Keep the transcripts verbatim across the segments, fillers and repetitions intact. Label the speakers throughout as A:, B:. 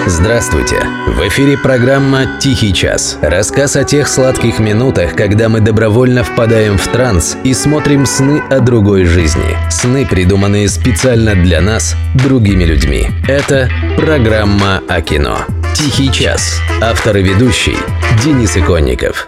A: Здравствуйте! В эфире программа «Тихий час». Рассказ о тех сладких минутах, когда мы добровольно впадаем в транс и смотрим сны о другой жизни. Сны, придуманные специально для нас, другими людьми. Это программа о кино. «Тихий час». Автор и ведущий Денис Иконников.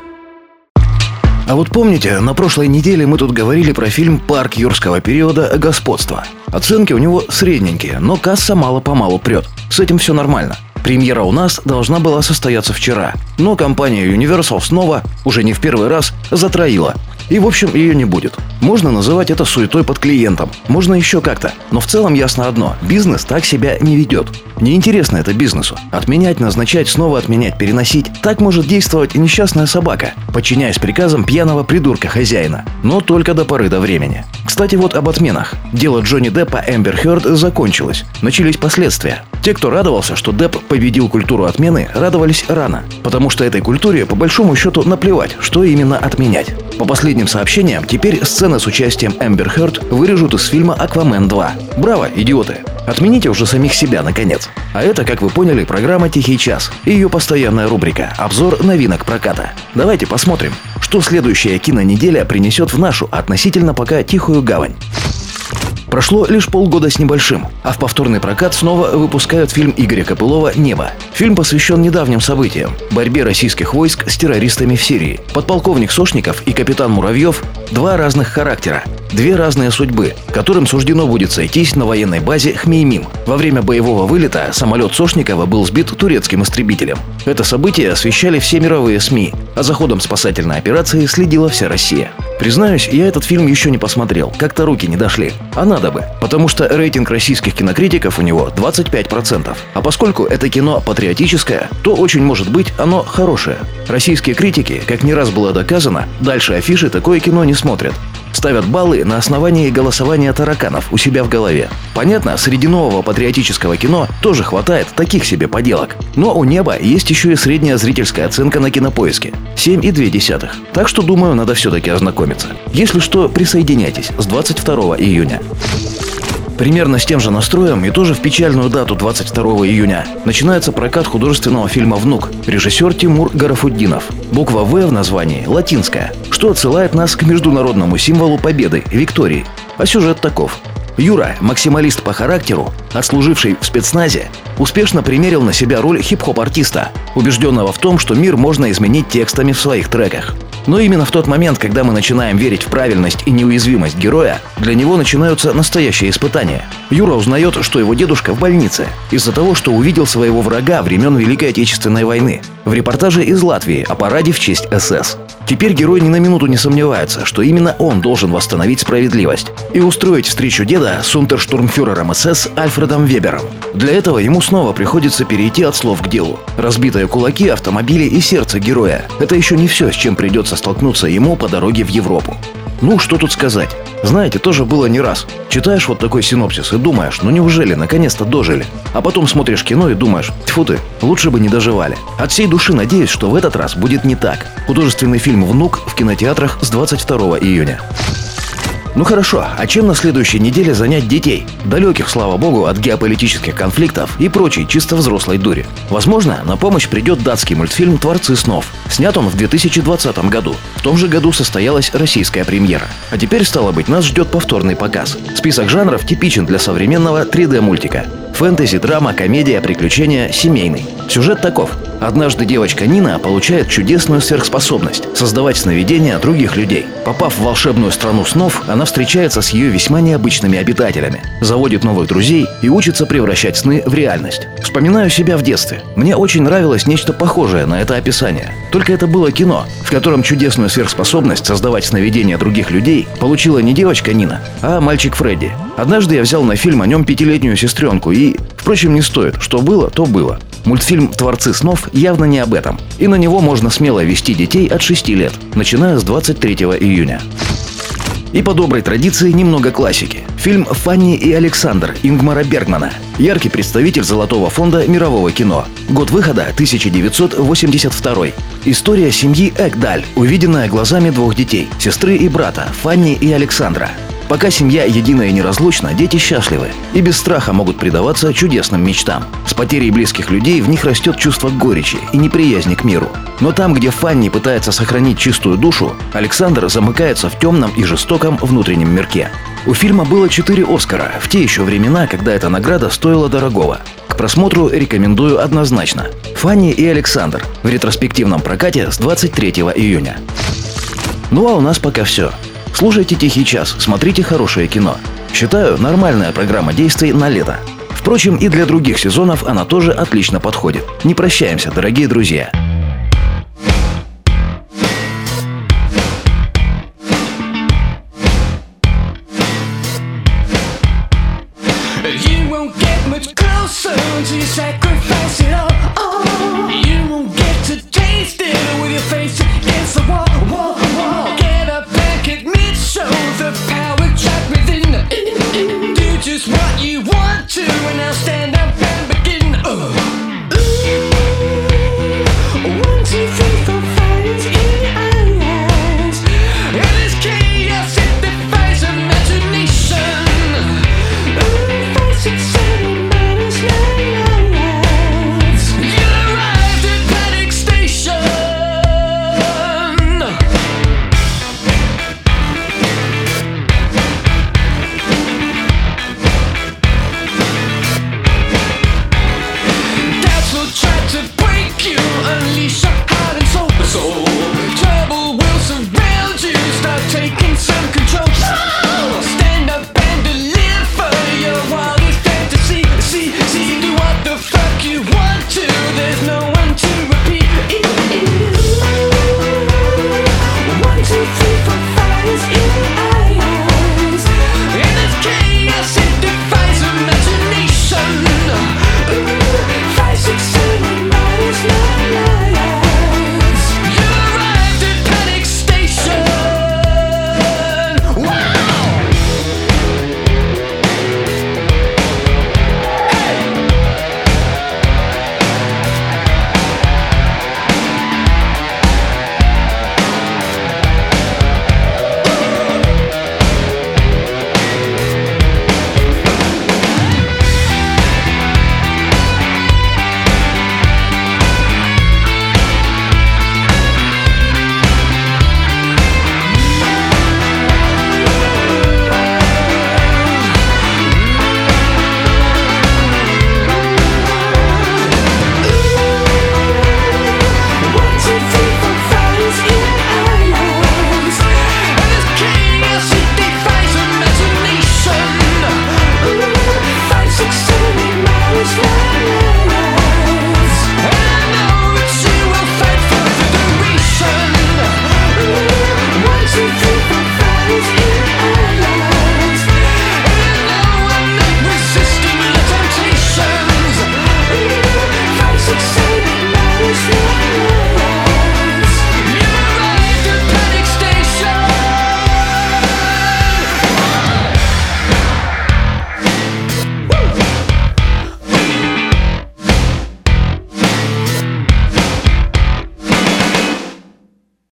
B: А вот помните, на прошлой неделе мы тут говорили про фильм «Парк юрского периода. Господство». Оценки у него средненькие, но касса мало-помалу прет. С этим все нормально. Премьера у нас должна была состояться вчера, но компания Universal снова, уже не в первый раз, затроила. И в общем ее не будет. Можно называть это суетой под клиентом, можно еще как-то, но в целом ясно одно – бизнес так себя не ведет. Неинтересно это бизнесу. Отменять, назначать, снова отменять, переносить – так может действовать несчастная собака, подчиняясь приказам пьяного придурка-хозяина. Но только до поры до времени. Кстати, вот об отменах. Дело Джонни Деппа Эмбер Хёрд закончилось. Начались последствия. Те, кто радовался, что Депп победил культуру отмены, радовались рано. Потому что этой культуре по большому счету наплевать, что именно отменять. По последним сообщениям, теперь сцены с участием Эмбер Хёрд вырежут из фильма «Аквамен два». Браво, идиоты! Отмените уже самих себя, наконец. А это, как вы поняли, программа «Тихий час» и ее постоянная рубрика «Обзор новинок проката». Давайте посмотрим, что следующая кинонеделя принесет в нашу относительно пока тихую гавань. Прошло лишь полгода с небольшим, а в повторный прокат снова выпускают фильм Игоря Копылова «Небо». Фильм посвящен недавним событиям – борьбе российских войск с террористами в Сирии. Подполковник Сошников и капитан Муравьев – два разных характера, две разные судьбы, которым суждено будет сойтись на военной базе Хмеймим. Во время боевого вылета самолет Сошникова был сбит турецким истребителем. Это событие освещали все мировые СМИ, а за ходом спасательной операции следила вся Россия. Признаюсь, я этот фильм еще не посмотрел, как-то руки не дошли. А надо бы, потому что рейтинг российских кинокритиков у него двадцать пять процентов. А поскольку это кино патриотическое, то очень может быть оно хорошее. Российские критики, как не раз было доказано, дальше афиши такое кино не смотрят. Ставят баллы на основании голосования тараканов у себя в голове. Понятно, среди нового патриотического кино тоже хватает таких себе поделок. Но у «Неба» есть еще и средняя зрительская оценка на Кинопоиске – семь и две десятых. Так что, думаю, надо все-таки ознакомиться. Если что, присоединяйтесь с двадцать второго июня. Примерно с тем же настроем и тоже в печальную дату двадцать второго июня начинается прокат художественного фильма «Внук». Режиссер Тимур Гарафутдинов. Буква «В» в названии латинская, что отсылает нас к международному символу победы – Виктории. А сюжет таков. Юра, максималист по характеру, отслуживший в спецназе, успешно примерил на себя роль хип-хоп-артиста, убежденного в том, что мир можно изменить текстами в своих треках. Но именно в тот момент, когда мы начинаем верить в правильность и неуязвимость героя, для него начинаются настоящие испытания. Юра узнает, что его дедушка в больнице из-за того, что увидел своего врага времен Великой Отечественной войны в репортаже из Латвии о параде в честь СС. Теперь герой ни на минуту не сомневается, что именно он должен восстановить справедливость и устроить встречу деда с унтерштурмфюрером СС Альфредом Вебером. Для этого ему снова приходится перейти от слов к делу. Разбитые кулаки, автомобили и сердце героя – это еще не все, с чем придется столкнуться ему по дороге в Европу. Ну, что тут сказать? Знаете, тоже было не раз. Читаешь вот такой синопсис и думаешь, ну неужели наконец-то дожили? А потом смотришь кино и думаешь, тьфу ты, лучше бы не доживали. От всей души надеюсь, что в этот раз будет не так. Художественный фильм «Внук» в кинотеатрах с двадцать второго июня. Ну хорошо, а чем на следующей неделе занять детей? Далеких, слава богу, от геополитических конфликтов и прочей чисто взрослой дури. Возможно, на помощь придет датский мультфильм «Творцы снов». Снят он в две тысячи двадцатом году. В том же году состоялась российская премьера. А теперь, стало быть, нас ждет повторный показ. Список жанров типичен для современного три дэ-мультика. Фэнтези, драма, комедия, приключения, семейный. Сюжет таков. Однажды девочка Нина получает чудесную сверхспособность – создавать сновидения других людей. Попав в волшебную страну снов, она встречается с ее весьма необычными обитателями, заводит новых друзей и учится превращать сны в реальность. Вспоминаю себя в детстве. Мне очень нравилось нечто похожее на это описание. Только это было кино, в котором чудесную сверхспособность создавать сновидения других людей получила не девочка Нина, а мальчик Фредди. Однажды я взял на фильм о нем пятилетнюю сестренку и... Впрочем, не стоит. Что было, то было. Мультфильм «Творцы снов» явно не об этом. И на него можно смело вести детей от шести лет, начиная с двадцать третьего июня. И по доброй традиции немного классики. Фильм «Фанни и Александр» Ингмара Бергмана. Яркий представитель золотого фонда мирового кино. Год выхода тысяча девятьсот восемьдесят второй. История семьи Экдаль, увиденная глазами двух детей, сестры и брата, Фанни и Александра. Пока семья едина и неразлучна, дети счастливы и без страха могут предаваться чудесным мечтам. С потерей близких людей в них растет чувство горечи и неприязни к миру. Но там, где Фанни пытается сохранить чистую душу, Александр замыкается в темном и жестоком внутреннем мирке. У фильма было четыре Оскара в те еще времена, когда эта награда стоила дорогого. К просмотру рекомендую однозначно. «Фанни и Александр» в ретроспективном прокате с двадцать третьего июня. Ну а у нас пока все. Слушайте «Тихий час», смотрите хорошее кино. Считаю, нормальная программа действий на лето. Впрочем, и для других сезонов она тоже отлично подходит. Не прощаемся, дорогие друзья.
C: You won't get much closer until you sacrifice it all.